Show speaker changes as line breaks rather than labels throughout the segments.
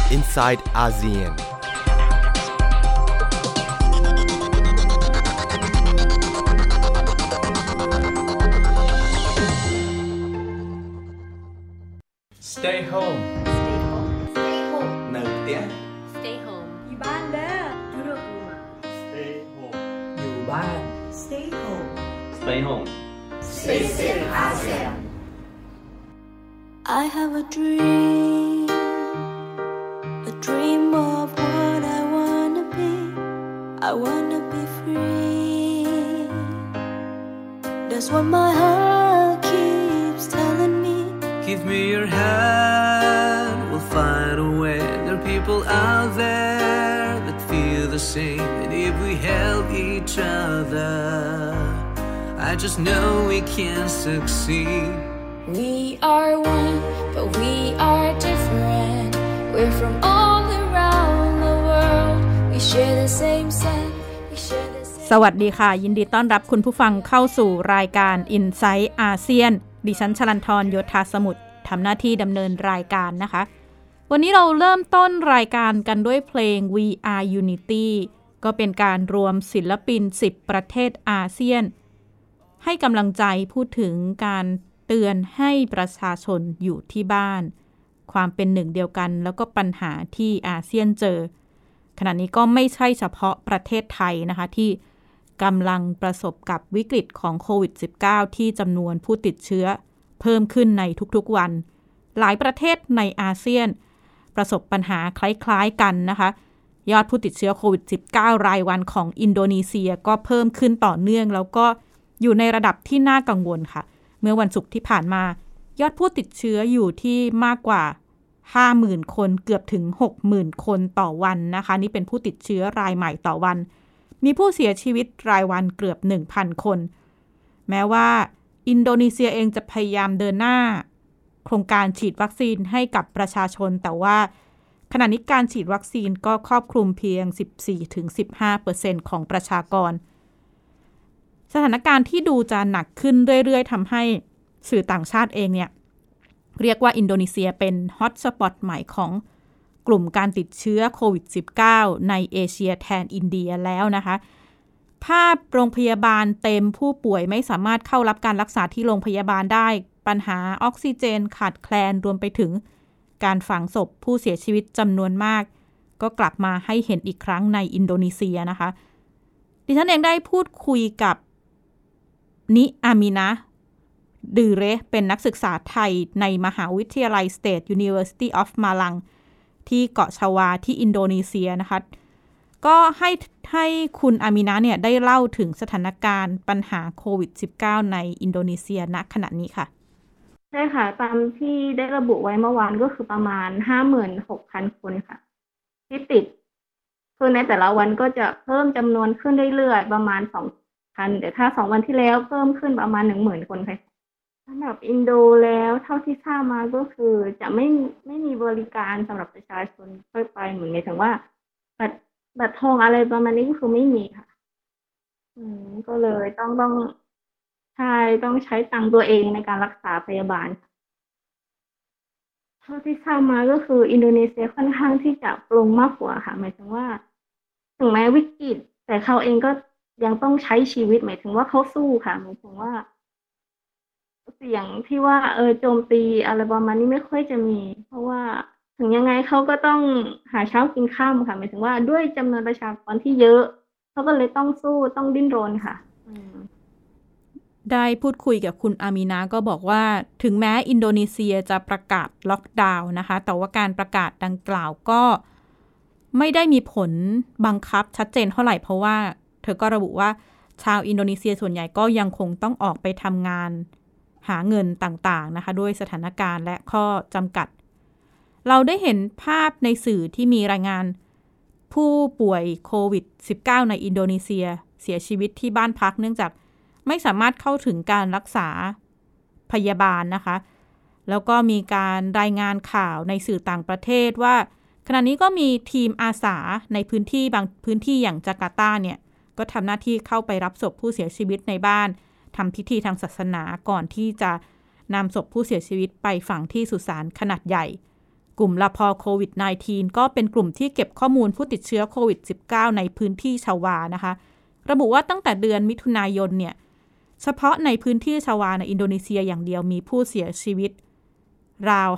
inside ASEAN.
Stay home.
Stay home. Stay home.
នៅផ្ទះ
Stay home.
ពីបានដែរជួបមក
Stay home อยู่บ้าน
Stay home.
Stay home.
Stay safe ASEAN.
I have a dream of what I wanna be. I wanna be free. That's what my heart keeps telling me.
Give me your hand, we'll find a way. There are people out there that feel the same. And if we help each other, I just know we can succeed.
We are one, but we are different. We're from all around the world. We share the same sun. We share the same.
สวัสดีค่ะยินดีต้อนรับคุณผู้ฟังเข้าสู่รายการ Insight อาเซียนดิฉันชลันธรโยธาสมุทรทำหน้าที่ดำเนินรายการนะคะวันนี้เราเริ่มต้นรายการกันด้วยเพลง We Are Unity ก็เป็นการรวมศิลปิน10ประเทศอาเซียนให้กำลังใจพูดถึงการเตือนให้ประชาชนอยู่ที่บ้านความเป็นหนึ่งเดียวกันแล้วก็ปัญหาที่อาเซียนเจอขณะนี้ก็ไม่ใช่เฉพาะประเทศไทยนะคะที่กำลังประสบกับวิกฤตของโควิด -19 ที่จำนวนผู้ติดเชื้อเพิ่มขึ้นในทุกๆวันหลายประเทศในอาเซียนประสบปัญหาคล้ายๆกันนะคะยอดผู้ติดเชื้อโควิด -19 รายวันของอินโดนีเซียก็เพิ่มขึ้นต่อเนื่องแล้วก็อยู่ในระดับที่น่ากังวลค่ะเมื่อวันศุกร์ที่ผ่านมายอดผู้ติดเชื้ออยู่ที่มากกว่า 50,000 คนเกือบถึง 60,000 คนต่อวันนะคะนี่เป็นผู้ติดเชื้อรายใหม่ต่อวันมีผู้เสียชีวิตรายวันเกือบ 1,000 คนแม้ว่าอินโดนีเซียเองจะพยายามเดินหน้าโครงการฉีดวัคซีนให้กับประชาชนแต่ว่าขณะนี้การฉีดวัคซีนก็ครอบคลุมเพียง 14-15% ของประชากรสถานการณ์ที่ดูจะหนักขึ้นเรื่อยๆทำให้สื่อต่างชาติเองเนี่ยเรียกว่าอินโดนีเซียเป็นฮอตสปอตใหม่ของกลุ่มการติดเชื้อโควิด -19 ในเอเชียแทนอินเดียแล้วนะคะภาพโรงพยาบาลเต็มผู้ป่วยไม่สามารถเข้ารับการรักษาที่โรงพยาบาลได้ปัญหาออกซิเจนขาดแคลนรวมไปถึงการฝังศพผู้เสียชีวิตจำนวนมากก็กลับมาให้เห็นอีกครั้งในอินโดนีเซียนะคะดิฉันเองได้พูดคุยกับนิอามินะดือเรเป็นนักศึกษาไทยในมหาวิทยาลัย State University of Malang ที่เกาะชวาที่อินโดนีเซียนะคะก็ให้คุณอามินะเนี่ยได้เล่าถึงสถานการณ์ปัญหาโควิด -19 ในอินโดนีเซียณขณะนี้ค่ะ
ใช่ค่ะตามที่ได้ระบุไว้เมื่อวานก็คือประมาณ 56,000 คนค่ะที่ติดคือในแต่ละวันก็จะเพิ่มจำนวนขึ้นเรื่อยๆประมาณ 2,000 แต่ถ้า2วันที่แล้วเพิ่มขึ้นประมาณ 10,000 คนค่ะสำหรับอินโดแล้วเท่าที่ทราบมาก็คือจะไม่มีบริการสำหรับประชาชนค่อยไปเหมือนหมายถึงว่าบัตรทองอะไรประมาณนี้ก็คือไม่มีค่ะก็เลยต้องใช่ต้องใช้ตังค์ตัวเองในการรักษาพยาบาลเท่าที่ทราบมาก็คืออินโดนีเซียค่อนข้างที่จะปรงมากกว่าค่ะหมายถึงว่าถึงแม้วิกฤตแต่เขาเองก็ยังต้องใช้ชีวิตหมายถึงว่าเขาสู้ค่ะหมายถึงว่าเสียงที่ว่าโจมตีอะไรประมาณนี้ไม่ค่อยจะมีเพราะว่าถึงยังไงเขาก็ต้องหาเช้ากินค่ำค่ะหมายถึงว่าด้วยจำนวนประชากรที่เยอะเขาก็เลยต้องสู้ต้องดิ้นรนค่ะ
ได้พูดคุยกับคุณอามีนาก็บอกว่าถึงแม้อินโดนีเซียจะประกาศล็อกดาวน์นะคะแต่ว่าการประกาศดังกล่าวก็ไม่ได้มีผลบังคับชัดเจนเท่าไหร่เพราะว่าเธอก็ระบุว่าชาวอินโดนีเซียส่วนใหญ่ก็ยังคงต้องออกไปทำงานหาเงินต่างๆนะคะด้วยสถานการณ์และข้อจำกัดเราได้เห็นภาพในสื่อที่มีรายงานผู้ป่วยโควิด -19 ในอินโดนีเซียเสียชีวิตที่บ้านพักเนื่องจากไม่สามารถเข้าถึงการรักษาพยาบาลนะคะแล้วก็มีการรายงานข่าวในสื่อต่างประเทศว่าขณะนี้ก็มีทีมอาสาในพื้นที่บางพื้นที่อย่างจาการ์ตาเนี่ยก็ทำหน้าที่เข้าไปรับศพผู้เสียชีวิตในบ้านทำพิธีทางศาสนาก่อนที่จะนำศพผู้เสียชีวิตไปฝังที่สุสานขนาดใหญ่กลุ่มละพอโควิด -19 ก็เป็นกลุ่มที่เก็บข้อมูลผู้ติดเชื้อโควิด -19 ในพื้นที่ชาวานะคะระบุว่าตั้งแต่เดือนมิถุนายนเนี่ยเฉพาะในพื้นที่ชาวาในอินโดนีเซียอย่างเดียวมีผู้เสียชีวิตราว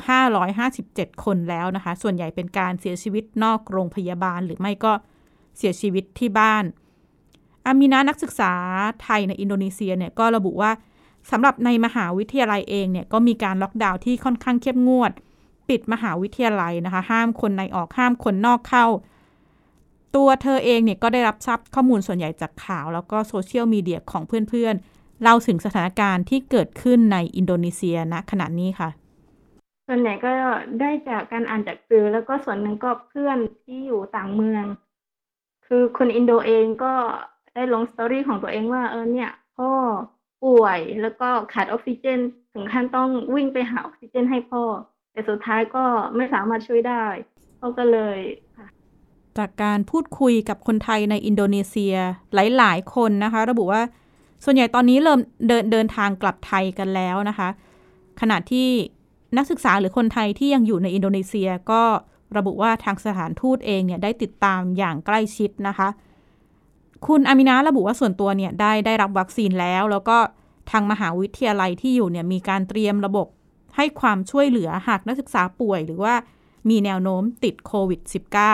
557คนแล้วนะคะส่วนใหญ่เป็นการเสียชีวิตนอกโรงพยาบาลหรือไม่ก็เสียชีวิตที่บ้านอามีนานักศึกษาไทยในอินโดนีเซียเนี่ยก็ระบุว่าสำหรับในมหาวิทยาลัยเองเนี่ยก็มีการล็อกดาวน์ที่ค่อนข้างเข้มงวดปิดมหาวิทยาลัยนะคะห้ามคนในออกห้ามคนนอกเข้าตัวเธอเองเนี่ยก็ได้รับทราบข้อมูลส่วนใหญ่จากข่าวแล้วก็โซเชียลมีเดียของเพื่อนๆเล่าถึงสถานการณ์ที่เกิดขึ้นในอินโดนีเซียณขณะนี้ค่ะ
ส่วนใหญ่ก็ได้จากการอ่านจากสื่อแล้วก็ส่วนหนึ่งก็เพื่อนที่อยู่ต่างเมืองคือคนอินโดเองก็ได้ลงสตอรี่ของตัวเองว่าเนี่ยพ่อป่วยแล้วก็ขาดออกซิเจนถึงขั้นต้องวิ่งไปหาออกซิเจนให้พ่อแต่สุดท้ายก็ไม่สามารถช่วยได้พ่อก็เลยค่ะ
จากการพูดคุยกับคนไทยในอินโดนีเซียหลายๆคนนะคะระบุว่าส่วนใหญ่ตอนนี้เริ่มเดินทางกลับไทยกันแล้วนะคะขณะที่นักศึกษาหรือคนไทยที่ยังอยู่ในอินโดนีเซียก็ระบุว่าทางสถานทูตเองเนี่ยได้ติดตามอย่างใกล้ชิดนะคะคุณอามินาระบุว่าส่วนตัวเนี่ยได้รับวัคซีนแล้วก็ทางมหาวิทยาลัยที่อยู่เนี่ยมีการเตรียมระบบให้ความช่วยเหลือหากนักศึกษาป่วยหรือว่ามีแนวโน้มติดโควิด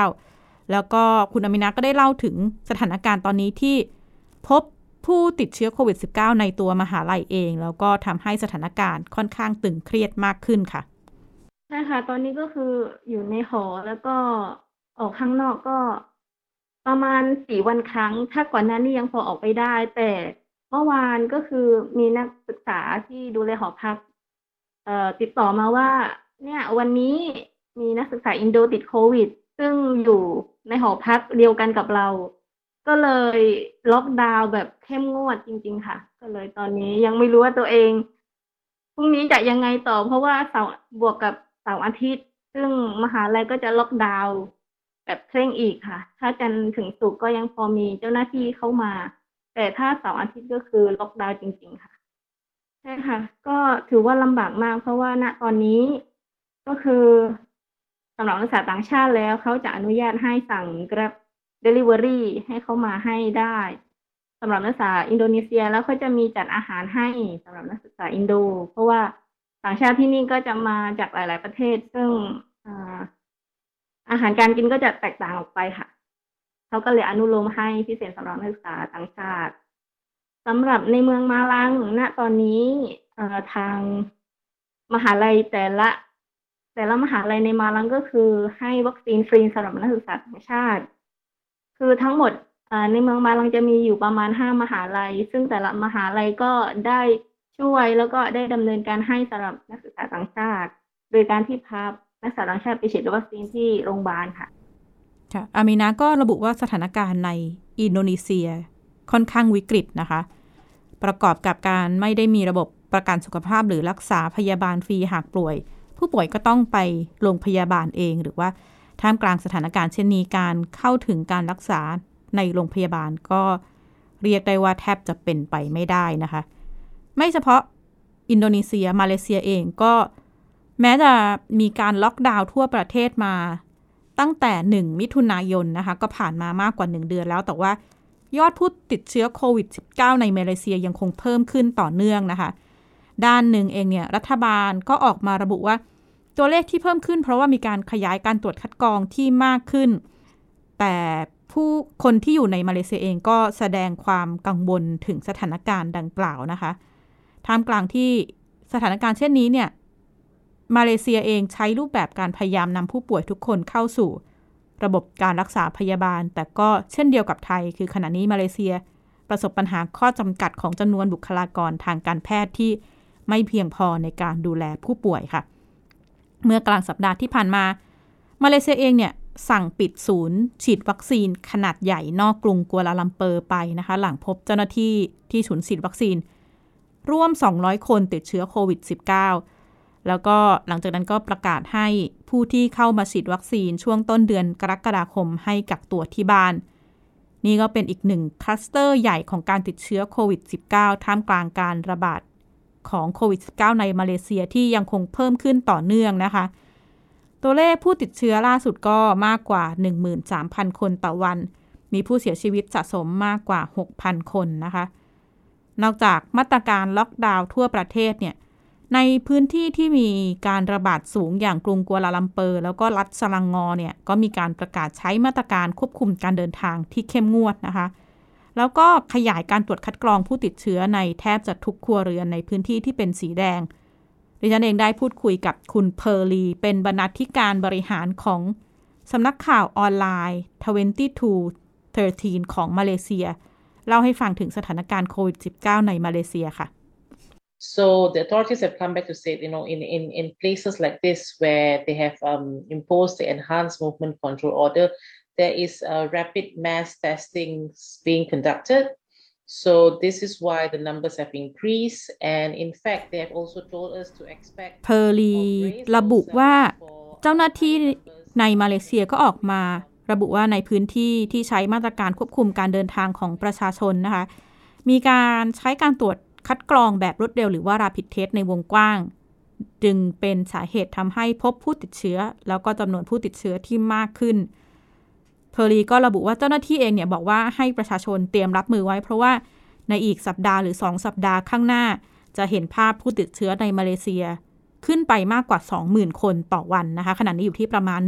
-19 แล้วก็คุณอามินาก็ได้เล่าถึงสถานการณ์ตอนนี้ที่พบผู้ติดเชื้อโควิด -19 ในตัวมหาลัยเองแล้วก็ทำให้สถานการณ์ค่อนข้างตึงเครียดมากขึ้นค่ะ
ใช่ค่ะตอนนี้ก็คืออยู่ในหอแล้วก็ออกข้างนอกก็ประมาณ4 วันครั้งถ้าก่อนหน้านี้ยังพอออกไปได้แต่เมื่อวานก็คือมีนักศึกษาที่ดูแลหอพักติดต่อมาว่าเนี่ยวันนี้มีนักศึกษาอินโดติดโควิดซึ่งอยู่ในหอพักเดียวกันกับเราก็เลยล็อกดาวน์แบบเข้มงวดจริงๆค่ะก็เลยตอนนี้ยังไม่รู้ว่าตัวเองพรุ่งนี้จะยังไงต่อเพราะว่าเสาร์บวกกับเสาร์อาทิตย์ซึ่งมหาลัยก็จะล็อกดาวน์แบบเคร่งอีกค่ะถ้าจันทร์ถึงศุกร์ก็ยังพอมีเจ้าหน้าที่เข้ามาแต่ถ้าเสาร์อาทิตย์ก็คือล็อกดาวน์จริงๆค่ะใช่ค่ะก็ถือว่าลำบากมากเพราะว่าณตอนนี้ก็คือสำหรับนักศึกษาต่างชาติแล้วเขาจะอนุญาตให้สั่ง Grab Delivery ให้เขามาให้ได้สำหรับนักศึกษาอินโดนีเซียแล้วเขาจะมีจัดอาหารให้สำหรับนักศึกษาอินโดเพราะว่าต่างชาติที่นี่ก็จะมาจากหลายๆประเทศซึ่งอาหารการกินก็จะแตกต่างออกไปค่ะเขาก็เลยอนุโลมให้พิเศษสำหรับนักศึกษาต่างชาติสำหรับในเมืองมาลังณตอนนี้ทางมหาลัยแต่ละมหาลัยในมาลังก็คือให้วัคซีนฟรีสำหรับนักศึกษาต่างชาติคือทั้งหมดในเมืองมาลังจะมีอยู่ประมาณ5 มหาลัยซึ่งแต่ละมหาลัยก็ได้ช่วยแล้วก็ได้ดำเนินการให้สำหรับนักศึกษาต่างชาติโดยการที่พานักศึกษาต่างชาติไปฉีดวัคซีนที่โรงพยาบาลค่ะ
ค่ะอามีนาก็ระบุว่าสถานการณ์ในอินโดนีเซียค่อนข้างวิกฤตนะคะประกอบกับการไม่ได้มีระบบประกันสุขภาพหรือรักษาพยาบาลฟรีหากป่วยผู้ป่วยก็ต้องไปโรงพยาบาลเองหรือว่าท่ามกลางสถานการณ์เช่นนี้การเข้าถึงการรักษาในโรงพยาบาลก็เรียกได้ว่าแทบจะเป็นไปไม่ได้นะคะไม่เฉพาะอินโดนีเซียมาเลเซียเองก็แม้จะมีการล็อกดาวน์ทั่วประเทศมาตั้งแต่1 มิถุนายนนะคะก็ผ่านมามากกว่า1 เดือนแล้วแต่ว่ายอดผู้ติดเชื้อโควิด -19 ในมาเลเซียยังคงเพิ่มขึ้นต่อเนื่องนะคะด้านหนึ่งเองเนี่ยรัฐบาลก็ออกมาระบุว่าตัวเลขที่เพิ่มขึ้นเพราะว่ามีการขยายการตรวจคัดกรองที่มากขึ้นแต่ผู้คนที่อยู่ในมาเลเซียเองก็แสดงความกังวลถึงสถานการณ์ดังกล่าวนะคะท่ามกลางที่สถานการณ์เช่นนี้เนี่ยมาเลเซียเองใช้รูปแบบการพยายามนำผู้ป่วยทุกคนเข้าสู่ระบบการรักษาพยาบาลแต่ก็เช่นเดียวกับไทยคือขณะนี้มาเลเซียประสบปัญหาข้อจำกัดของจำนวนบุคลากรทางการแพทย์ที่ไม่เพียงพอในการดูแลผู้ป่วยค่ะเมื่อกลางสัปดาห์ที่ผ่านมามาเลเซียเองเนี่ยสั่งปิดศูนย์ฉีดวัคซีนขนาดใหญ่นอกกรุงกัวลาลัมเปอร์ไปนะคะหลังพบเจ้าหน้าที่ที่ศูนย์ฉีดวัคซีนร่วม200 คนติดเชื้อโควิด -19 แล้วก็หลังจากนั้นก็ประกาศให้ผู้ที่เข้ามาฉีดวัคซีนช่วงต้นเดือนกรกฎาคมให้กักตัวที่บ้านนี่ก็เป็นอีกหนึ่งคลัสเตอร์ใหญ่ของการติดเชื้อโควิด -19 ท่ามกลางการระบาดของโควิด -19 ในมาเลเซียที่ยังคงเพิ่มขึ้นต่อเนื่องนะคะตัวเลขผู้ติดเชื้อล่าสุดก็มากกว่า 13,000 คนต่อวันมีผู้เสียชีวิตสะสมมากกว่า 6,000 คนนะคะนอกจากมาตรการล็อกดาวน์ทั่วประเทศเนี่ยในพื้นที่ที่มีการระบาดสูงอย่างกรุงกัวลาลัมเปอร์แล้วก็รัฐสลังงอเนี่ยก็มีการประกาศใช้มาตรการควบคุมการเดินทางที่เข้มงวดนะคะแล้วก็ขยายการตรวจคัดกรองผู้ติดเชื้อในแทบจะทุกครัวเรือนในพื้นที่ที่เป็นสีแดงดิฉันเองได้พูดคุยกับคุณเพอร์ลีเป็นบรรณาธิการบริหารของสำนักข่าวออนไลน์2213ของมาเลเซียเล่าให้ฟังถึงสถานการณ์โควิด -19 ในมาเลเซียค่ะ
So the authorities have come back to say, in places like this where they have imposed the enhanced movement control order, there is rapid mass testing being conducted. So this is why the numbers have increased, and in fact, they have also told us to expect.
เพอร์ลีระบุว่าเจ้าหน้าที่ในมาเลเซียก็ออกมาระบุว่าในพื้นที่ที่ใช้มาตรการควบคุมการเดินทางของประชาชนนะคะมีการใช้การตรวจคัดกรองแบบรวดเร็วหรือว่า Rapid Test ในวงกว้างจึงเป็นสาเหตุทำให้พบผู้ติดเชื้อแล้วก็จำนวนผู้ติดเชื้อที่มากขึ้นเพอร์ลีก็ระบุว่าเจ้าหน้าที่เองเนี่ยบอกว่าให้ประชาชนเตรียมรับมือไว้เพราะว่าในอีกสัปดาห์หรือ2สัปดาห์ข้างหน้าจะเห็นภาพผู้ติดเชื้อในมาเลเซียขึ้นไปมากกว่า 20,000 คนต่อวันนะคะขณะนี้อยู่ที่ประมาณ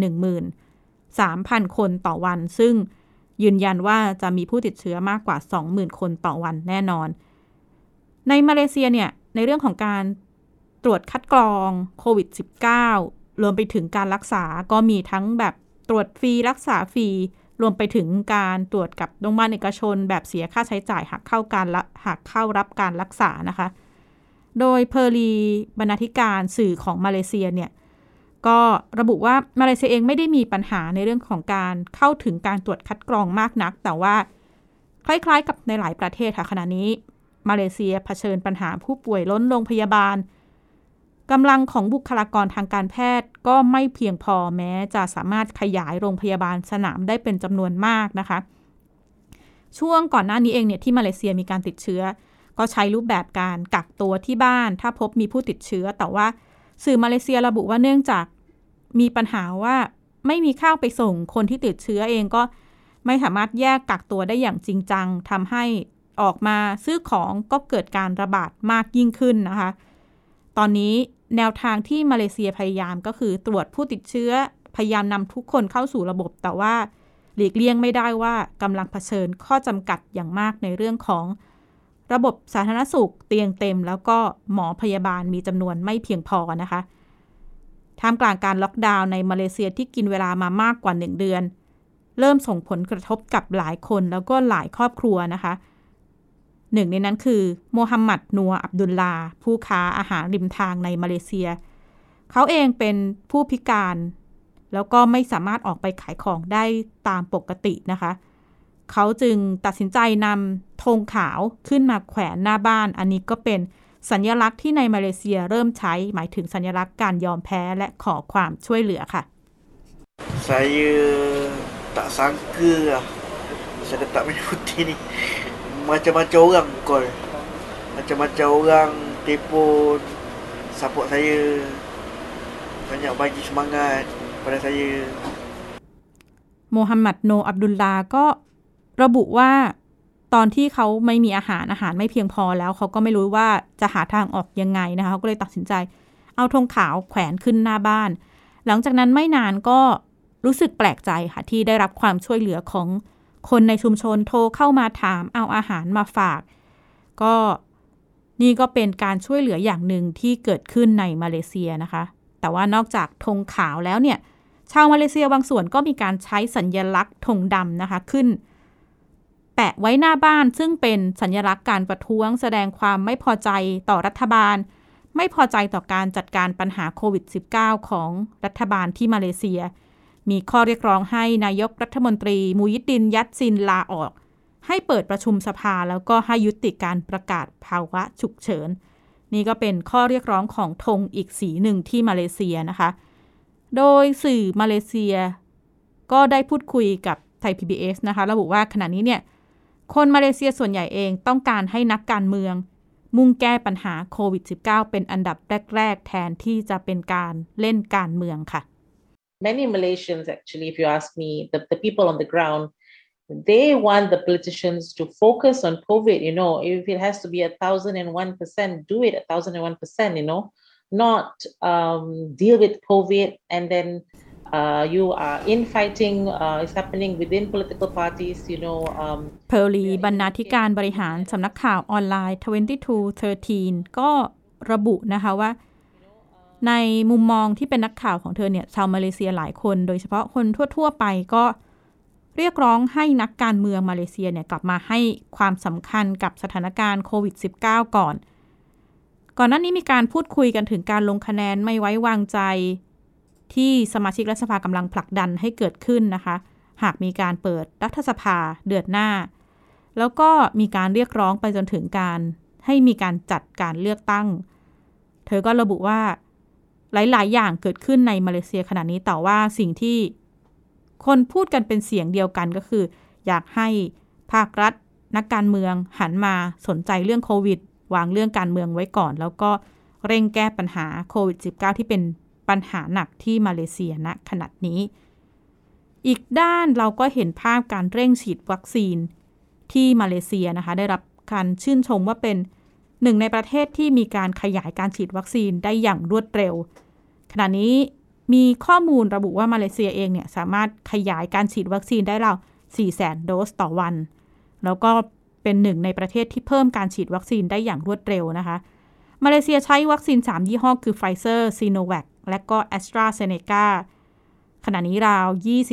13,000 คนต่อวันซึ่งยืนยันว่าจะมีผู้ติดเชื้อมากกว่า 20,000 คนต่อวันแน่นอนในมาเลเซียเนี่ยในเรื่องของการตรวจคัดกรองโควิด -19 รวมไปถึงการรักษาก็มีทั้งแบบตรวจฟรีรักษาฟรีรวมไปถึงการตรวจกับโรงพยาบาลเอกชนแบบเสียค่าใช้จ่ายหากเข้ารับการรักษานะคะโดยเพอร์ลีบรรณาธิการสื่อของมาเลเซียเนี่ยก็ระบุว่ามาเลเซียเองไม่ได้มีปัญหาในเรื่องของการเข้าถึงการตรวจคัดกรองมากนักแต่ว่าคล้ายๆกับในหลายประเทศค่ะขณะนี้มาเลเซียเผชิญปัญหาผู้ป่วยล้นโรงพยาบาลกำลังของบุคลากรทางการแพทย์ก็ไม่เพียงพอแม้จะสามารถขยายโรงพยาบาลสนามได้เป็นจำนวนมากนะคะช่วงก่อนหน้านี้เองเนี่ยที่มาเลเซียมีการติดเชื้อก็ใช้รูปแบบการกักตัวที่บ้านถ้าพบมีผู้ติดเชื้อแต่ว่าสื่อมาเลเซียระบุว่าเนื่องจากมีปัญหาว่าไม่มีข้าวไปส่งคนที่ติดเชื้อเองก็ไม่สามารถแยกกักตัวได้อย่างจริงจังทำให้ออกมาซื้อของก็เกิดการระบาดมากยิ่งขึ้นนะคะตอนนี้แนวทางที่มาเลเซียพยายามก็คือตรวจผู้ติดเชื้อพยายามนำทุกคนเข้าสู่ระบบแต่ว่าหลีกเลี่ยงไม่ได้ว่ากำลังเผชิญข้อจำกัดอย่างมากในเรื่องของระบบสาธารณสุขเตียงเต็มแล้วก็หมอพยาบาลมีจำนวนไม่เพียงพอนะคะท่ามกลางการล็อกดาวน์ในมาเลเซียที่กินเวลามามากกว่า1เดือนเริ่มส่งผลกระทบกับหลายคนแล้วก็หลายครอบครัวนะคะหนึ่งในนั้นคือโมฮัมหมัดนัวอับดุลลาผู้ค้าอาหารริมทางในมาเลเซียเขาเองเป็นผู้พิการแล้วก็ไม่สามารถออกไปขายของได้ตามปกตินะคะเขาจึงตัดสินใจนำธงขาวขึ้นมาแขวนหน้าบ้านอันนี้ก็เป็นสัญลักษณ์ที่ในมาเลเซียเริ่มใช้หมายถึงสัญลักษณ์การยอมแพ้และขอความช่วยเหลือค่ะ
Saya tak sangka lah saya dapat mengikuti ni macam-macam orang call macam-macam orang telefon support saya banyak bagi semangat pada saya
โมฮัมหมัดโนอับดุลลาก็ระบุว่าตอนที่เขาไม่มีอาหารไม่เพียงพอแล้วเขาก็ไม่รู้ว่าจะหาทางออกยังไงนะคะเขาก็เลยตัดสินใจเอาธงขาวแขวนขึ้นหน้าบ้านหลังจากนั้นไม่นานก็รู้สึกแปลกใจค่ะที่ได้รับความช่วยเหลือของคนในชุมชนโทรเข้ามาถามเอาอาหารมาฝากก็นี่ก็เป็นการช่วยเหลืออย่างหนึ่งที่เกิดขึ้นในมาเลเซียนะคะแต่ว่านอกจากธงขาวแล้วเนี่ยชาวมาเลเซียบางส่วนก็มีการใช้สัญลักษณ์ธงดำนะคะขึ้นแปะไว้หน้าบ้านซึ่งเป็นสัญลักษณ์การประท้วงแสดงความไม่พอใจต่อรัฐบาลไม่พอใจต่อการจัดการปัญหาโควิด -19 ของรัฐบาลที่มาเลเซียมีข้อเรียกร้องให้นายกรัฐมนตรีมูยิดดินยัตซินลาออกให้เปิดประชุมสภาแล้วก็ให้ยุติการประกาศภาวะฉุกเฉินนี่ก็เป็นข้อเรียกร้องของธงอีกสีหนึ่งที่มาเลเซียนะคะโดยสื่อมาเลเซียก็ได้พูดคุยกับไทย PBS นะคะระบุว่าขณะนี้เนี่ยคนมาเลเซียส่วนใหญ่เองต้องการให้นักการเมืองมุ่งแก้ปัญหาโควิด -19 เป็นอันดับแรกๆแทนที่จะเป็นการเล่นการเมืองค่ะ
many Malaysians actually, if you ask me, the people on the ground, they want the politicians to focus on COVID. If it has to be 1,001%, do it 1,001%. Not deal with COVID and then you are infighting is happening within political parties.
เพอร์ลีบรรณาธิการบริหารสำนักข่าวออนไลน์2213ก็ระบุนะคะว่าในมุมมองที่เป็นนักข่าวของเธอเนี่ยชาวมาเลเซียหลายคนโดยเฉพาะคนทั่วๆไปก็เรียกร้องให้นักการเมืองมาเลเซียเนี่ยกลับมาให้ความสำคัญกับสถานการณ์โควิด -19 ก่อนหน้านี้มีการพูดคุยกันถึงการลงคะแนนไม่ไว้วางใจที่สมาชิกรัฐสภากำลังผลักดันให้เกิดขึ้นนะคะหากมีการเปิดรัฐสภาเดือนหน้าแล้วก็มีการเรียกร้องไปจนถึงการให้มีการจัดการเลือกตั้งเธอก็ระบุว่าหลายๆอย่างเกิดขึ้นในมาเลเซียขณะนี้แต่ว่าสิ่งที่คนพูดกันเป็นเสียงเดียวกันก็คืออยากให้ภาครัฐนักการเมืองหันมาสนใจเรื่องโควิดวางเรื่องการเมืองไว้ก่อนแล้วก็เร่งแก้ปัญหาโควิด -19 ที่เป็นปัญหาหนักที่มาเลเซียณขณะนี้อีกด้านเราก็เห็นภาพการเร่งฉีดวัคซีนที่มาเลเซียนะคะได้รับการชื่นชมว่าเป็นหนึ่งในประเทศที่มีการขยายการฉีดวัคซีนได้อย่างรวดเร็วขณะนี้มีข้อมูลระบุว่ามาเลเซียเองเนี่ยสามารถขยายการฉีดวัคซีนได้ราว 400,000 โดสต่อวันแล้วก็เป็นหนึ่งในประเทศที่เพิ่มการฉีดวัคซีนได้อย่างรวดเร็วนะคะมาเลเซียใช้วัคซีน3ยี่ห้อคือ Pfizer, Sinovac และก็ AstraZeneca ขณะนี้ราว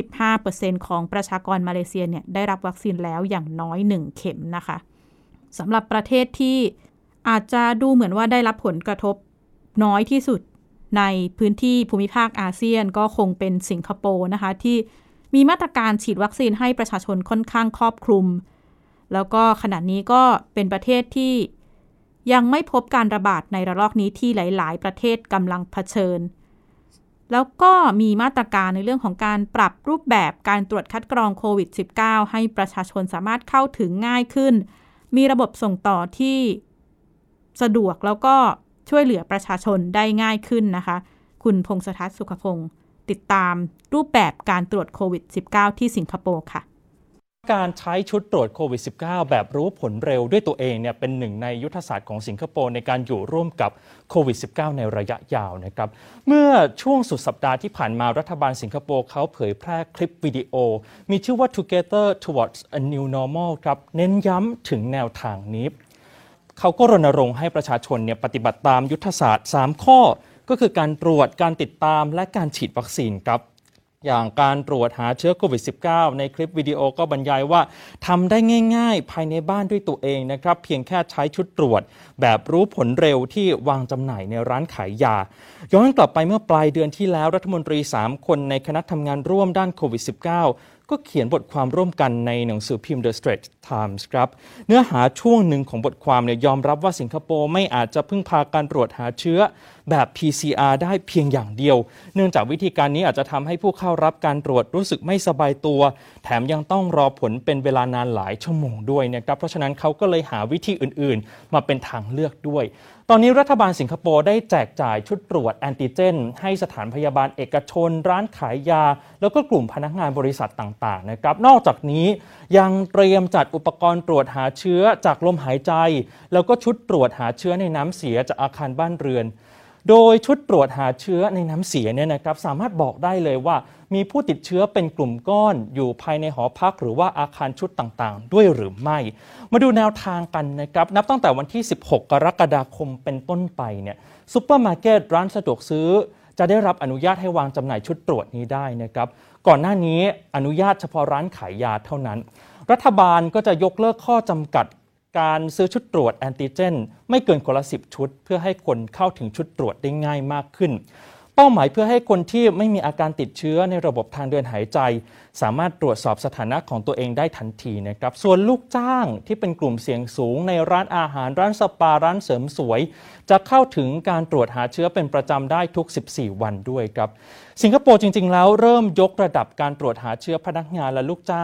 25% ของประชากรมาเลเซียเนี่ยได้รับวัคซีนแล้วอย่างน้อย1เข็มนะคะสำหรับประเทศที่อาจจะดูเหมือนว่าได้รับผลกระทบน้อยที่สุดในพื้นที่ภูมิภาคอาเซียนก็คงเป็นสิงคโปร์นะคะที่มีมาตรการฉีดวัคซีนให้ประชาชนค่อนข้างครอบคลุมแล้วก็ขณะนี้ก็เป็นประเทศที่ยังไม่พบการระบาดในระลอกนี้ที่หลายๆประเทศกำลังเผชิญแล้วก็มีมาตรการในเรื่องของการปรับรูปแบบการตรวจคัดกรองโควิด -19 ให้ประชาชนสามารถเข้าถึงง่ายขึ้นมีระบบส่งต่อที่สะดวกแล้วก็ช่วยเหลือประชาชนได้ง่ายขึ้นนะคะคุณพงษ์สทัศน์สุขพงศ์ติดตามรูปแบบการตรวจโควิด -19 ที่สิงคโปร์ค่ะ
การใช้ชุดตรวจโควิด -19 แบบรู้ผลเร็วด้วยตัวเองเนี่ยเป็นหนึ่งในยุทธศาสตร์ของสิงคโปร์ในการอยู่ร่วมกับโควิด -19 ในระยะยาวนะครับเมื่อช่วงสุดสัปดาห์ที่ผ่านมารัฐบาลสิงคโปร์เขาเผยแพร่คลิปวิดีโอมีชื่อว่า Together Towards a New Normal ครับเน้นย้ำถึงแนวทางนี้เขาก็รณรงค์ให้ประชาชนเนี่ยปฏิบัติตามยุทธศาสตร์3ข้อก็คือการตรวจการติดตามและการฉีดวัคซีนครับอย่างการตรวจหาเชื้อโควิด -19 ในคลิปวิดีโอก็บรรยายว่าทำได้ง่ายๆภายในบ้านด้วยตัวเองนะครับเพียงแค่ใช้ชุดตรวจแบบรู้ผลเร็วที่วางจำหน่ายในร้านขายยาย้อนกลับไปเมื่อปลายเดือนที่แล้วรัฐมนตรี3คนในคณะทำงานร่วมด้านโควิด -19 ก็เขียนบทความร่วมกันในหนังสือพิมพ์ The Straits Times ครับเนื้อหาช่วงหนึ่งของบทความเนี่ยยอมรับว่าสิงคโปร์ไม่อาจจะพึ่งพาการตรวจหาเชื้อแบบ PCR ได้เพียงอย่างเดียวเนื่องจากวิธีการนี้อาจจะทำให้ผู้เข้ารับการตรวจรู้สึกไม่สบายตัวแถมยังต้องรอผลเป็นเวลานานหลายชั่วโมงด้วยนะครับเพราะฉะนั้นเขาก็เลยหาวิธีอื่นๆมาเป็นทางเลือกด้วยตอนนี้รัฐบาลสิงคโปร์ได้แจกจ่ายชุดตรวจแอนติเจนให้สถานพยาบาลเอกชนร้านขายยาแล้วก็กลุ่มพนักงานบริษัทต่างๆนะครับนอกจากนี้ยังเตรียมจัดอุปกรณ์ตรวจหาเชื้อจากลมหายใจแล้วก็ชุดตรวจหาเชื้อในน้ำเสียจากอาคารบ้านเรือนโดยชุดตรวจหาเชื้อในน้ำเสียเนี่ยนะครับสามารถบอกได้เลยว่ามีผู้ติดเชื้อเป็นกลุ่มก้อนอยู่ภายในหอพักหรือว่าอาคารชุดต่างๆด้วยหรือไม่มาดูแนวทางกันนะครับนับตั้งแต่วันที่16กรกฎาคมเป็นต้นไปเนี่ยซุปเปอร์มาร์เก็ตร้านสะดวกซื้อจะได้รับอนุญาตให้วางจำหน่ายชุดตรวจนี้ได้นะครับก่อนหน้านี้อนุญาตเฉพาะร้านขายยาเท่านั้นรัฐบาลก็จะยกเลิกข้อจำกัดการซื้อชุดตรวจแอนติเจนไม่เกินคนละ10ชุดเพื่อให้คนเข้าถึงชุดตรวจได้ง่ายมากขึ้นเป้าหมายเพื่อให้คนที่ไม่มีอาการติดเชื้อในระบบทางเดินหายใจสามารถตรวจสอบสถานะของตัวเองได้ทันทีนะครับส่วนลูกจ้างที่เป็นกลุ่มเสี่ยงสูงในร้านอาหารร้านสปาร้านเสริมสวยจะเข้าถึงการตรวจหาเชื้อเป็นประจำได้ทุก14วันด้วยครับสิงคโปร์จริงๆแล้วเริ่มยกระดับการตรวจหาเชื้อพนักงานและลูกจ้าง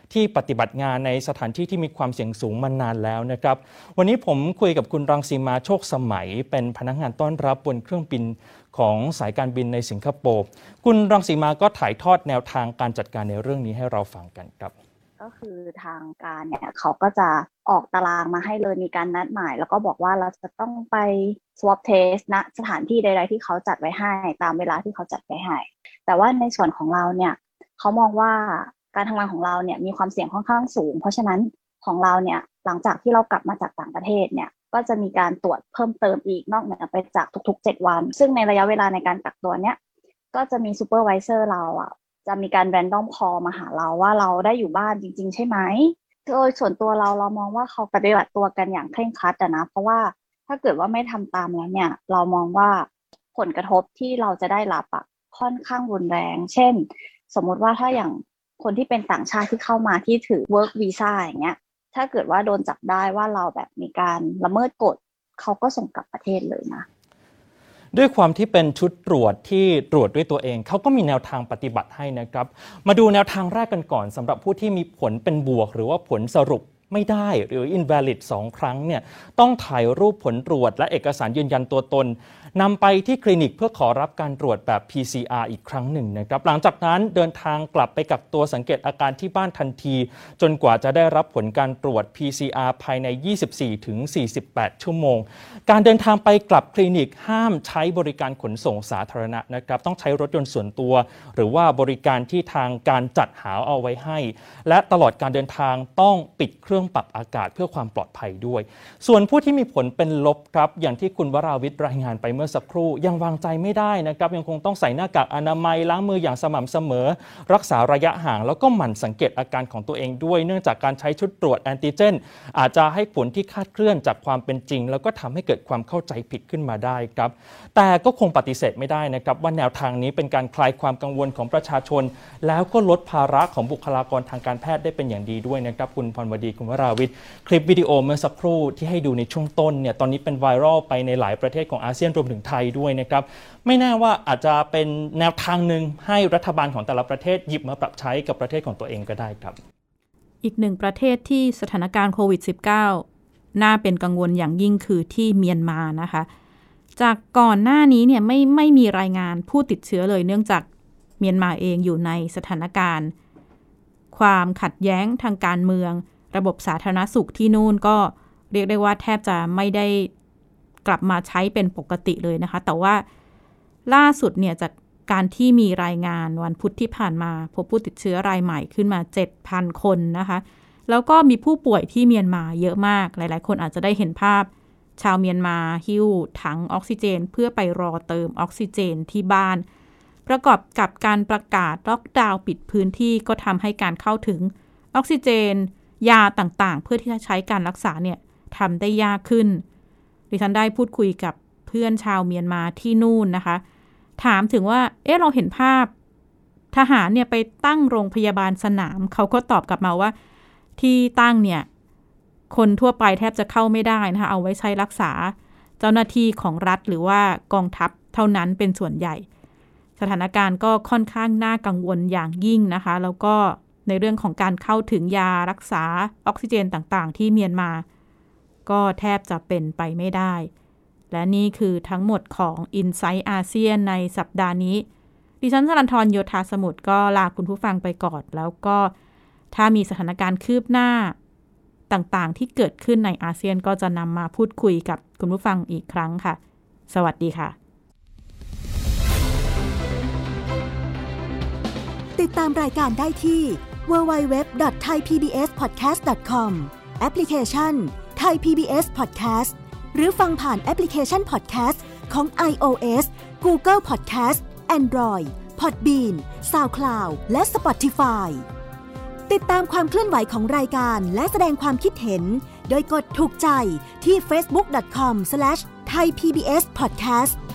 ที่ปฏิบัติงานในสถานที่ที่มีความเสี่ยงสูงมานานแล้วนะครับวันนี้ผมคุยกับคุณรังสีมาโชคสมัยเป็นพนักงานต้อนรับบนเครื่องบินของสายการบินในสิงคโปร์คุณรังสีมาก็ถ่ายทอดแนวทางการจัดการในเรื่องนี้ให้เราฟังกันครับ
ก็คือทางการเนี่ยเขาก็จะออกตารางมาให้เลยมีการนัดหมายแล้วก็บอกว่าเราจะต้องไป swab test ณสถานที่ใดๆที่เขาจัดไว้ให้ตามเวลาที่เขาจัดไว้ให้แต่ว่าในส่วนของเราเนี่ยเขามองว่าการทำงานของเราเนี่ยมีความเสี่ยงค่อนข้างสูงเพราะฉะนั้นของเราเนี่ยหลังจากที่เรากลับมาจากต่างประเทศเนี่ยก็จะมีการตรวจเพิ่มเติมอีกนอกเหนือไปจากทุกๆ7วันซึ่งในระยะเวลาในการกักตัวเนี่ยก็จะมีซูเปอร์ไวเซอร์เราจะมีการ random call มาหาเราว่าเราได้อยู่บ้านจริงๆใช่ไหมโดยส่วนตัวเรามองว่าเขาปฏิบัติตัวกันอย่างเคร่งครัดนะเพราะว่าถ้าเกิดว่าไม่ทำตามแล้วเนี่ยเรามองว่าผลกระทบที่เราจะได้รับค่อนข้างรุนแรงเช่นสมมุติว่าถ้าอย่างคนที่เป็นต่างชาติที่เข้ามาที่ถือ work visa อย่างเงี้ยถ้าเกิดว่าโดนจับได้ว่าเราแบบมีการละเมิดกฎเขาก็ส่งกลับประเทศเลยนะ
ด้วยความที่เป็นชุดตรวจที่ตรวจด้วยตัวเองเขาก็มีแนวทางปฏิบัติให้นะครับมาดูแนวทางแรกกันก่อนสำหรับผู้ที่มีผลเป็นบวกหรือว่าผลสรุปไม่ได้หรือ invalid 2 ครั้งเนี่ยต้องถ่ายรูปผลตรวจและเอกสารยืนยันตัวตนนำไปที่คลินิกเพื่อขอรับการตรวจแบบ PCR อีกครั้งหนึ่งนะครับหลังจากนั้นเดินทางกลับไปกักตัวสังเกตอาการที่บ้านทันทีจนกว่าจะได้รับผลการตรวจ PCR ภายใน 24-48 ชั่วโมงการเดินทางไปกลับคลินิกห้ามใช้บริการขนส่งสาธารณะนะครับต้องใช้รถยนต์ส่วนตัวหรือว่าบริการที่ทางการจัดหาเอาไว้ให้และตลอดการเดินทางต้องปิดเครื่องปรับอากาศเพื่อความปลอดภัยด้วยส่วนผู้ที่มีผลเป็นลบครับอย่างที่คุณวราวิทย์รายงานไปเมื่อสักครู่ยังวางใจไม่ได้นะครับยังคงต้องใส่หน้ากากอนามัยล้างมืออย่างสม่ำเสมอรักษาระยะห่างแล้วก็หมั่นสังเกตอาการของตัวเองด้วยเนื่องจากการใช้ชุดตรวจแอนติเจนอาจจะให้ผลที่คลาดเคลื่อนจากความเป็นจริงแล้วก็ทำให้เกิดความเข้าใจผิดขึ้นมาได้ครับแต่ก็คงปฏิเสธไม่ได้นะครับว่าแนวทางนี้เป็นการคลายความกังวลของประชาชนแล้วก็ลดภาระของบุคลากรทางการแพทย์ได้เป็นอย่างดีด้วยนะครับคุณพรวดีคุณวราวิทย์คลิปวิดีโอเมื่อสักครู่ที่ให้ดูในช่วงต้นเนี่ยตอนนี้เป็นไวรัลไปในหลายประเทศของอาเซียนรวมถึงไทยด้วยนะครับไม่แน่ว่าอาจจะเป็นแนวทางหนึ่งให้รัฐบาลของแต่ละประเทศหยิบมาปรับใช้กับประเทศของตัวเองก็ได้ครับ
อีกหนึ่งประเทศที่สถานการณ์โควิด -19 น่าเป็นกังวลอย่างยิ่งคือที่เมียนมานะคะจากก่อนหน้านี้เนี่ยไม่มีรายงานผู้ติดเชื้อเลยเนื่องจากเมียนมาเองอยู่ในสถานการณ์ความขัดแย้งทางการเมืองระบบสาธารณสุขที่นู่นก็เรียกได้ว่าแทบจะไม่ได้กลับมาใช้เป็นปกติเลยนะคะแต่ว่าล่าสุดเนี่ยจากการที่มีรายงานวันพุธที่ผ่านมาพบผู้ติดเชื้อรายใหม่ขึ้นมา 7,000 คนนะคะแล้วก็มีผู้ป่วยที่เมียนมาเยอะมากหลายๆคนอาจจะได้เห็นภาพชาวเมียนมาหิ้วถังออกซิเจนเพื่อไปรอเติมออกซิเจนที่บ้านประกอบกับการประกาศล็อกดาวน์ปิดพื้นที่ก็ทำให้การเข้าถึงออกซิเจนยาต่างๆเพื่อที่จะใช้การรักษาเนี่ยทำได้ยากขึ้นดิฉันได้พูดคุยกับเพื่อนชาวเมียนมาที่นู่นนะคะถามถึงว่าเราเห็นภาพทหารเนี่ยไปตั้งโรงพยาบาลสนามเขาก็ตอบกลับมาว่าที่ตั้งเนี่ยคนทั่วไปแทบจะเข้าไม่ได้นะคะเอาไว้ใช้รักษาเจ้าหน้าที่ของรัฐหรือว่ากองทัพเท่านั้นเป็นส่วนใหญ่สถานการณ์ก็ค่อนข้างน่ากังวลอย่างยิ่งนะคะแล้วก็ในเรื่องของการเข้าถึงยารักษาออกซิเจนต่างๆที่เมียนมาก็แทบจะเป็นไปไม่ได้และนี่คือทั้งหมดของ Insight อาเซียนในสัปดาห์นี้ดิฉันชลันทรโยธาสมุทรก็ลาคุณผู้ฟังไปก่อนแล้วก็ถ้ามีสถานการณ์คืบหน้าต่างๆที่เกิดขึ้นในอาเซียนก็จะนำมาพูดคุยกับคุณผู้ฟังอีกครั้งค่ะสวัสดีค่ะ
ติดตามรายการได้ที่ www.thaipbspodcast.com แอปพลิเคชัน Thai PBS Podcast หรือฟังผ่านแอปพลิเคชัน Podcast ของ iOS Google Podcast Android Podbean SoundCloud และ Spotify ติดตามความเคลื่อนไหวของรายการและแสดงความคิดเห็นโดยกดถูกใจที่ facebook.com/thaipbspodcast